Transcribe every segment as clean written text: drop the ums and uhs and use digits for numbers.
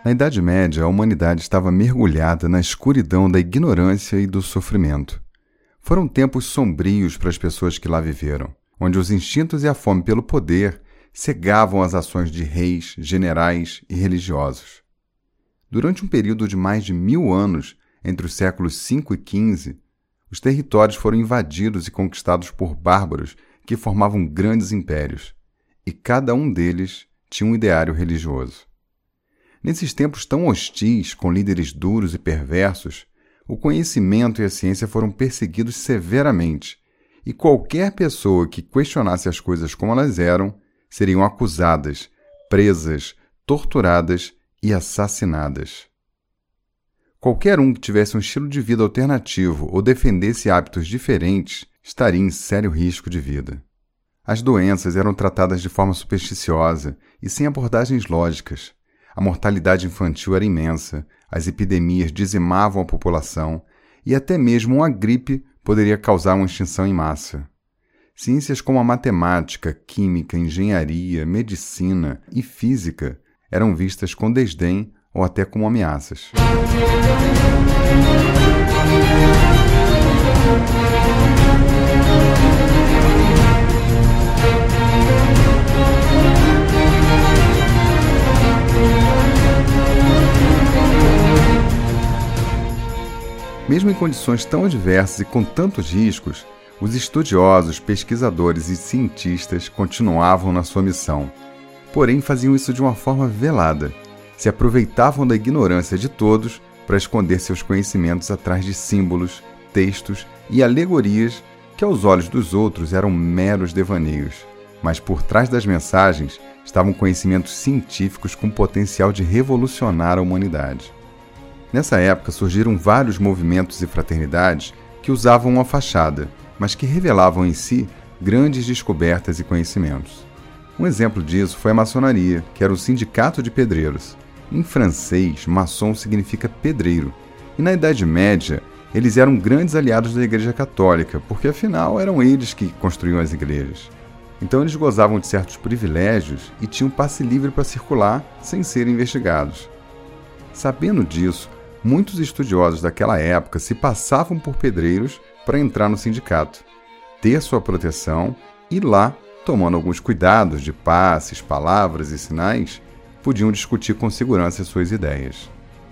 Na Idade Média, a humanidade estava mergulhada na escuridão da ignorância e do sofrimento. Foram tempos sombrios para as pessoas que lá viveram, onde os instintos e a fome pelo poder cegavam as ações de reis, generais e religiosos. Durante um período de mais de 1000 anos, entre os séculos V e XV, os territórios foram invadidos e conquistados por bárbaros que formavam grandes impérios, e cada um deles tinha um ideário religioso. Nesses tempos tão hostis, com líderes duros e perversos, o conhecimento e a ciência foram perseguidos severamente, e qualquer pessoa que questionasse as coisas como elas eram, seriam acusadas, presas, torturadas e assassinadas. Qualquer um que tivesse um estilo de vida alternativo ou defendesse hábitos diferentes estaria em sério risco de vida. As doenças eram tratadas de forma supersticiosa e sem abordagens lógicas. A mortalidade infantil era imensa, as epidemias dizimavam a população e até mesmo uma gripe poderia causar uma extinção em massa. Ciências como a matemática, química, engenharia, medicina e física eram vistas com desdém ou até como ameaças. Mesmo em condições tão adversas e com tantos riscos, os estudiosos, pesquisadores e cientistas continuavam na sua missão. Porém, faziam isso de uma forma velada. Se aproveitavam da ignorância de todos para esconder seus conhecimentos atrás de símbolos, textos e alegorias que aos olhos dos outros eram meros devaneios. Mas por trás das mensagens estavam conhecimentos científicos com potencial de revolucionar a humanidade. Nessa época surgiram vários movimentos e fraternidades que usavam uma fachada, mas que revelavam em si grandes descobertas e conhecimentos. Um exemplo disso foi a maçonaria, que era o sindicato de pedreiros. Em francês, maçom significa pedreiro, e na Idade Média eles eram grandes aliados da Igreja Católica, porque afinal eram eles que construíam as igrejas. Então eles gozavam de certos privilégios e tinham passe livre para circular sem serem investigados. Sabendo disso, muitos estudiosos daquela época se passavam por pedreiros para entrar no sindicato, ter sua proteção e lá, tomando alguns cuidados de passes, palavras e sinais, podiam discutir com segurança suas ideias.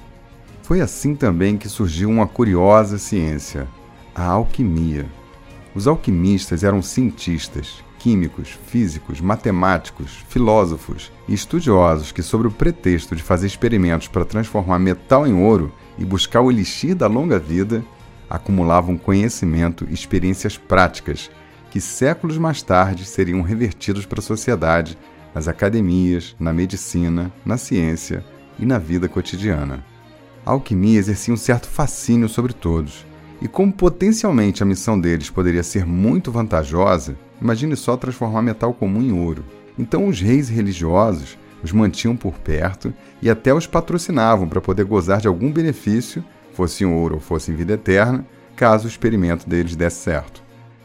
Foi assim também que surgiu uma curiosa ciência, a alquimia. Os alquimistas eram cientistas, químicos, físicos, matemáticos, filósofos e estudiosos que, sob o pretexto de fazer experimentos para transformar metal em ouro e buscar o elixir da longa vida, acumulavam conhecimento e experiências práticas que séculos mais tarde seriam revertidos para a sociedade, nas academias, na medicina, na ciência e na vida cotidiana. A alquimia exercia um certo fascínio sobre todos, e como potencialmente a missão deles poderia ser muito vantajosa, imagine só transformar metal comum em ouro. Então os reis religiosos os mantinham por perto e até os patrocinavam para poder gozar de algum benefício, fosse em ouro ou fosse em vida eterna, caso o experimento deles desse certo.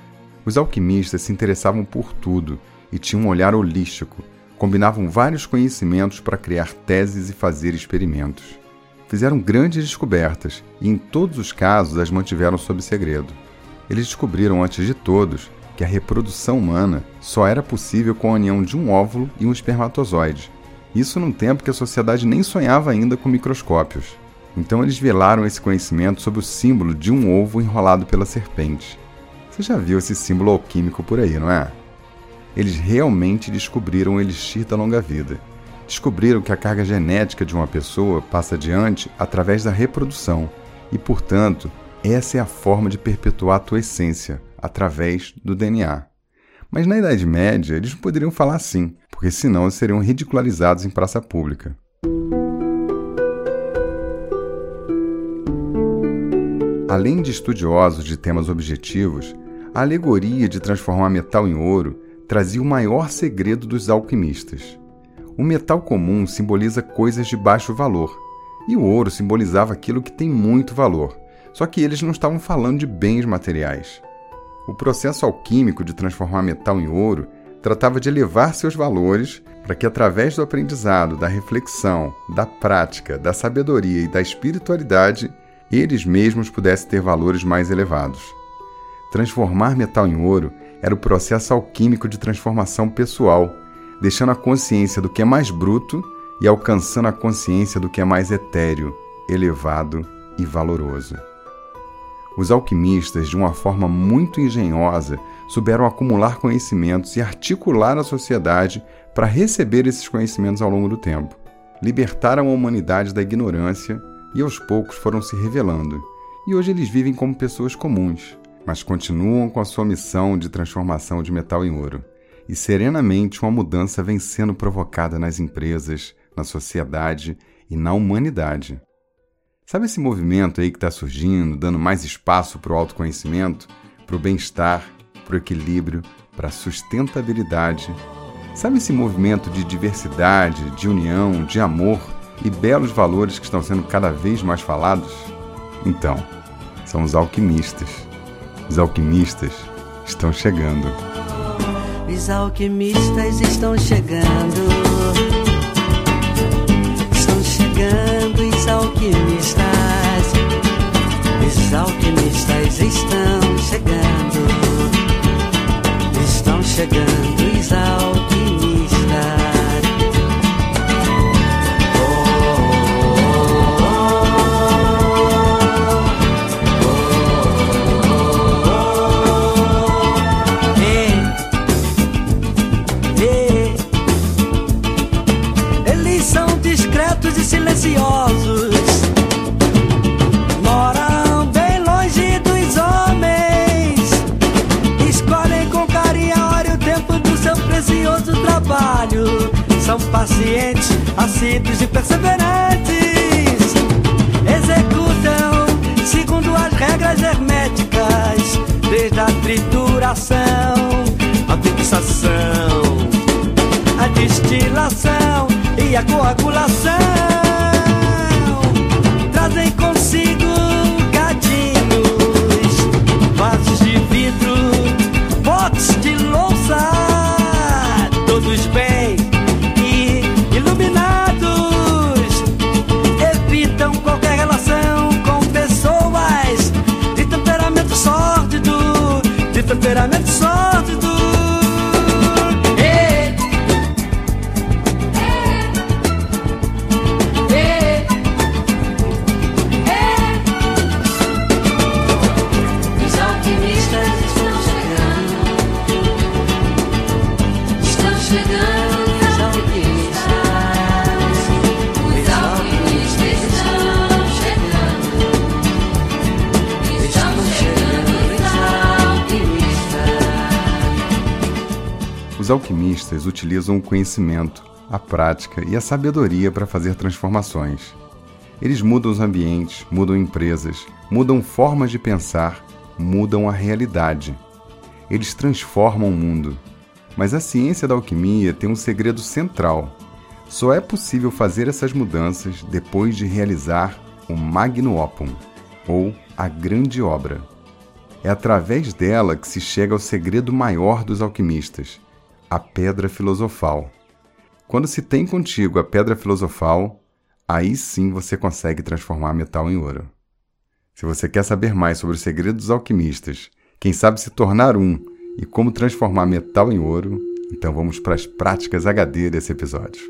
Os alquimistas se interessavam por tudo e tinham um olhar holístico, combinavam vários conhecimentos para criar teses e fazer experimentos. Fizeram grandes descobertas e em todos os casos as mantiveram sob segredo. Eles descobriram antes de todos que a reprodução humana só era possível com a união de um óvulo e um espermatozoide. Isso num tempo que a sociedade nem sonhava ainda com microscópios. Então eles velaram esse conhecimento sob o símbolo de um ovo enrolado pela serpente. Você já viu esse símbolo alquímico por aí, não é? Eles realmente descobriram o elixir da longa vida. Descobriram que a carga genética de uma pessoa passa adiante através da reprodução e, portanto, essa é a forma de perpetuar a tua essência, através do DNA. Mas na Idade Média eles não poderiam falar assim, porque senão eles seriam ridicularizados em praça pública. Além de estudiosos de temas objetivos, a alegoria de transformar metal em ouro trazia o maior segredo dos alquimistas. O metal comum simboliza coisas de baixo valor, e o ouro simbolizava aquilo que tem muito valor, só que eles não estavam falando de bens materiais. O processo alquímico de transformar metal em ouro tratava de elevar seus valores para que, através do aprendizado, da reflexão, da prática, da sabedoria e da espiritualidade, eles mesmos pudessem ter valores mais elevados. Transformar metal em ouro era o processo alquímico de transformação pessoal, deixando a consciência do que é mais bruto e alcançando a consciência do que é mais etéreo, elevado e valoroso. Os alquimistas, de uma forma muito engenhosa, souberam acumular conhecimentos e articular a sociedade para receber esses conhecimentos ao longo do tempo. Libertaram a humanidade da ignorância e aos poucos foram se revelando. E hoje eles vivem como pessoas comuns, mas continuam com a sua missão de transformação de metal em ouro. E serenamente uma mudança vem sendo provocada nas empresas, na sociedade e na humanidade. Sabe esse movimento aí que está surgindo, dando mais espaço para o autoconhecimento, para o bem-estar, para o equilíbrio, para a sustentabilidade? Sabe esse movimento de diversidade, de união, de amor e belos valores que estão sendo cada vez mais falados? Então, são os alquimistas. Os alquimistas estão chegando. Os alquimistas estão chegando. Estão chegando os alquimistas. Os alquimistas estão chegando. Estão chegando os alquimistas. Silenciosos, moram bem longe dos homens, escolhem com carinho a hora e o tempo do seu precioso trabalho. São pacientes, assíduos e perseverantes, executam segundo as regras herméticas, desde a trituração, a fixação, a destilação e a coagulação. Trazem consigo cadinhos, vasos de vidro, potes de louça, todos bem e iluminados. Evitam qualquer relação com pessoas de temperamento sórdido, de temperamento sórdido. Os alquimistas utilizam o conhecimento, a prática e a sabedoria para fazer transformações. Eles mudam os ambientes, mudam empresas, mudam formas de pensar, mudam a realidade. Eles transformam o mundo. Mas a ciência da alquimia tem um segredo central. Só é possível fazer essas mudanças depois de realizar o Magnum Opum, ou a grande obra. É através dela que se chega ao segredo maior dos alquimistas, a pedra filosofal. Quando se tem contigo a pedra filosofal, aí sim você consegue transformar metal em ouro. Se você quer saber mais sobre os segredos dos alquimistas, quem sabe se tornar um e como transformar metal em ouro, então vamos para as práticas HD desse episódio.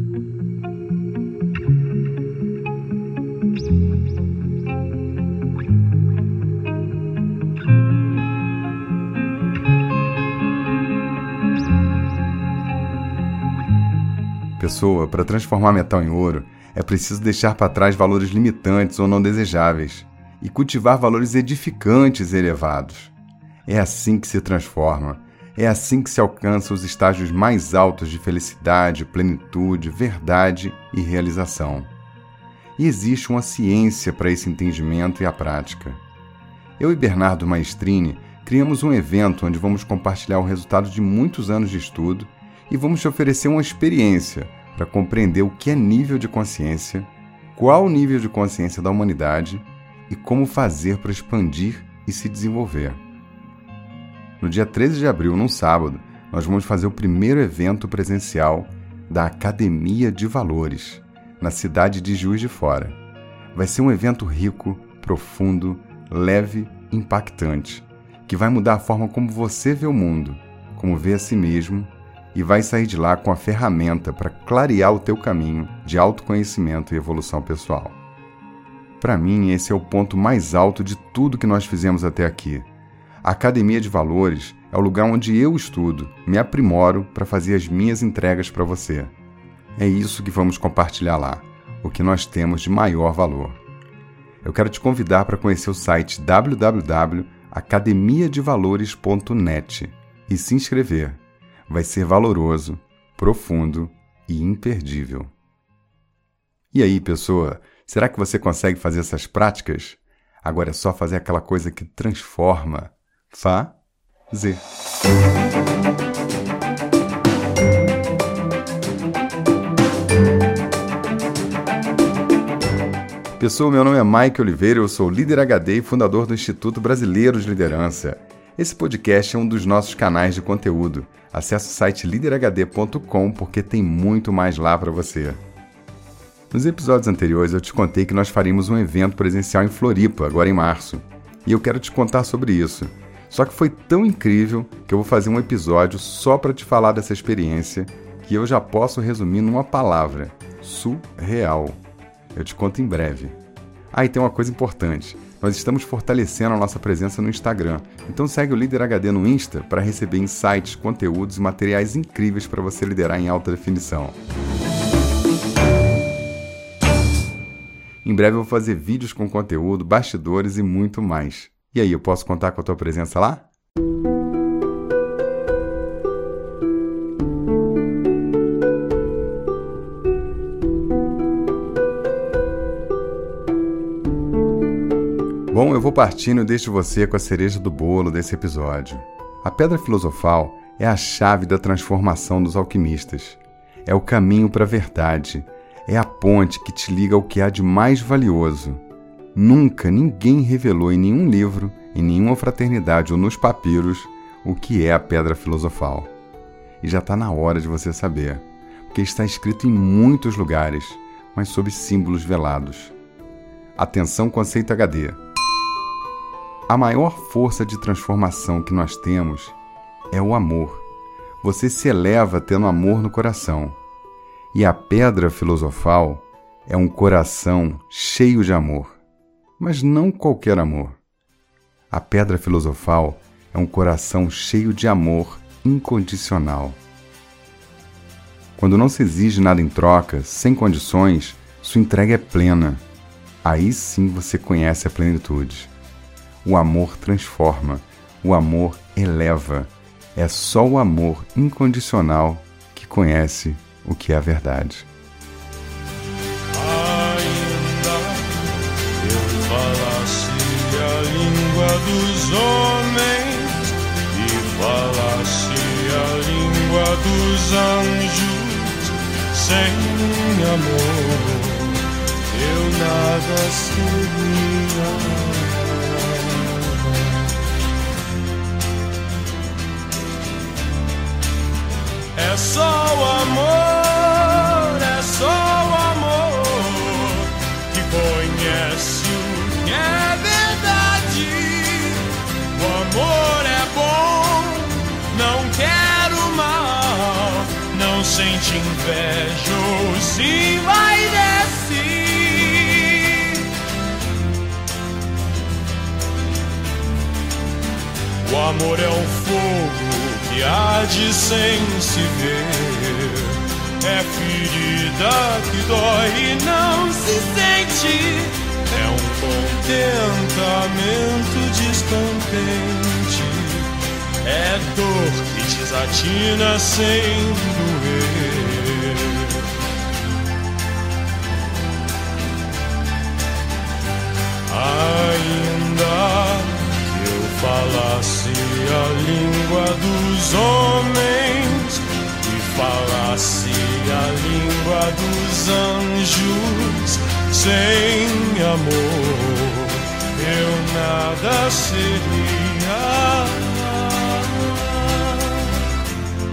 Pessoa, para transformar metal em ouro, é preciso deixar para trás valores limitantes ou não desejáveis e cultivar valores edificantes e elevados. É assim que se transforma, é assim que se alcança os estágios mais altos de felicidade, plenitude, verdade e realização. E existe uma ciência para esse entendimento e a prática. Eu e Bernardo Maestrini criamos um evento onde vamos compartilhar o resultado de muitos anos de estudo e vamos te oferecer uma experiência para compreender o que é nível de consciência, qual o nível de consciência da humanidade e como fazer para expandir e se desenvolver. No dia 13 de abril, num sábado, nós vamos fazer o primeiro evento presencial da Academia de Valores, na cidade de Juiz de Fora. Vai ser um evento rico, profundo, leve e impactante, que vai mudar a forma como você vê o mundo, como vê a si mesmo, e vai sair de lá com a ferramenta para clarear o teu caminho de autoconhecimento e evolução pessoal. Para mim, esse é o ponto mais alto de tudo que nós fizemos até aqui. A Academia de Valores é o lugar onde eu estudo, me aprimoro para fazer as minhas entregas para você. É isso que vamos compartilhar lá, o que nós temos de maior valor. Eu quero te convidar para conhecer o site www.academiadevalores.net e se inscrever. Vai ser valoroso, profundo e imperdível. E aí, pessoa, será que você consegue fazer essas práticas? Agora é só fazer aquela coisa que transforma. Fazer. Pessoal, meu nome é Mike Oliveira, eu sou líder HD e fundador do Instituto Brasileiro de Liderança. Esse podcast é um dos nossos canais de conteúdo. Acesse o site liderhd.com porque tem muito mais lá para você. Nos episódios anteriores eu te contei que nós faríamos um evento presencial em Floripa, agora em março. E eu quero te contar sobre isso. Só que foi tão incrível que eu vou fazer um episódio só para te falar dessa experiência que eu já posso resumir numa palavra: surreal. Eu te conto em breve. E tem uma coisa importante. Nós estamos fortalecendo a nossa presença no Instagram. Então segue o Líder HD no Insta para receber insights, conteúdos e materiais incríveis para você liderar em alta definição. Em breve eu vou fazer vídeos com conteúdo, bastidores e muito mais. E aí, eu posso contar com a tua presença lá? Bom, eu vou partindo e deixo você com a cereja do bolo desse episódio. A pedra filosofal é a chave da transformação dos alquimistas. É o caminho para a verdade. É a ponte que te liga ao que há de mais valioso. Nunca ninguém revelou em nenhum livro, em nenhuma fraternidade ou nos papiros o que é a pedra filosofal. E já está na hora de você saber, porque está escrito em muitos lugares, mas sob símbolos velados. Atenção, conceito HD. A maior força de transformação que nós temos é o amor. Você se eleva tendo amor no coração. E a pedra filosofal é um coração cheio de amor. Mas não qualquer amor. A pedra filosofal é um coração cheio de amor incondicional. Quando não se exige nada em troca, sem condições, sua entrega é plena. Aí sim você conhece a plenitude. O amor transforma, o amor eleva. É só o amor incondicional que conhece o que é a verdade. Dos homens e falasse a língua dos anjos, sem amor eu nada seria. É só o amor, é só o amor que conhece o que é verdade. O amor é bom, não quero mal, não sente inveja ou se vai descer. O amor é um fogo que arde sem se ver, é ferida que dói e não se sente. É um contentamento descontente, é dor que desatina sem doer. Ainda que eu falasse a língua dos homens e falasse a língua dos anjos, sem amor eu nada seria.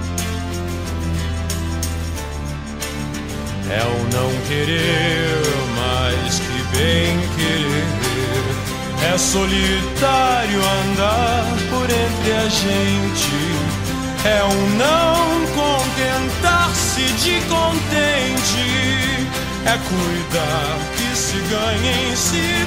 é o não querer mais que bem querer. É solitário andar por entre a gente, é o não contentar-se de contente, é cuidar que se ganha em se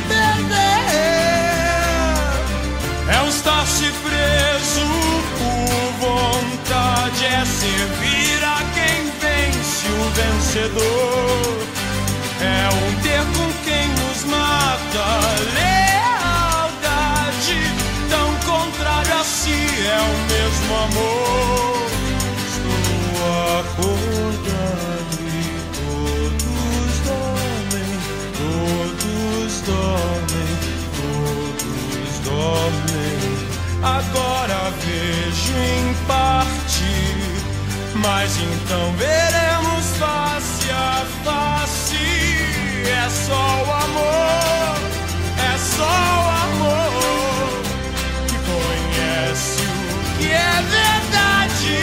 perder, é o estar-se preso por vontade, é servir a quem vence o vencedor, é o ter com quem nos mata, lealdade, tão contrário a si, é o mesmo amor. Estou acordado e todos dormem, todos dormem, todos dormem. Agora vejo em parte, mas então veremos face a face. É só o amor, é só o amor que conhece o que é verdade.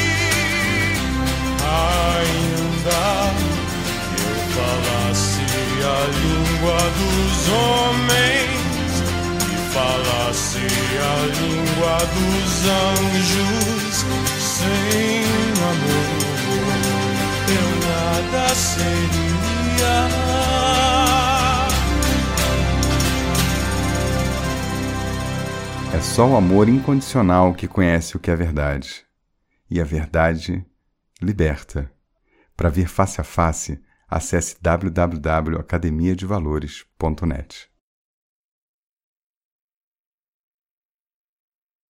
Ainda que eu falasse a língua dos homens e falasse a língua dos anjos, sem amor eu nada seria. É só o amor incondicional que conhece o que é verdade. E a verdade liberta. Para ver face a face, acesse www.academiadevalores.net.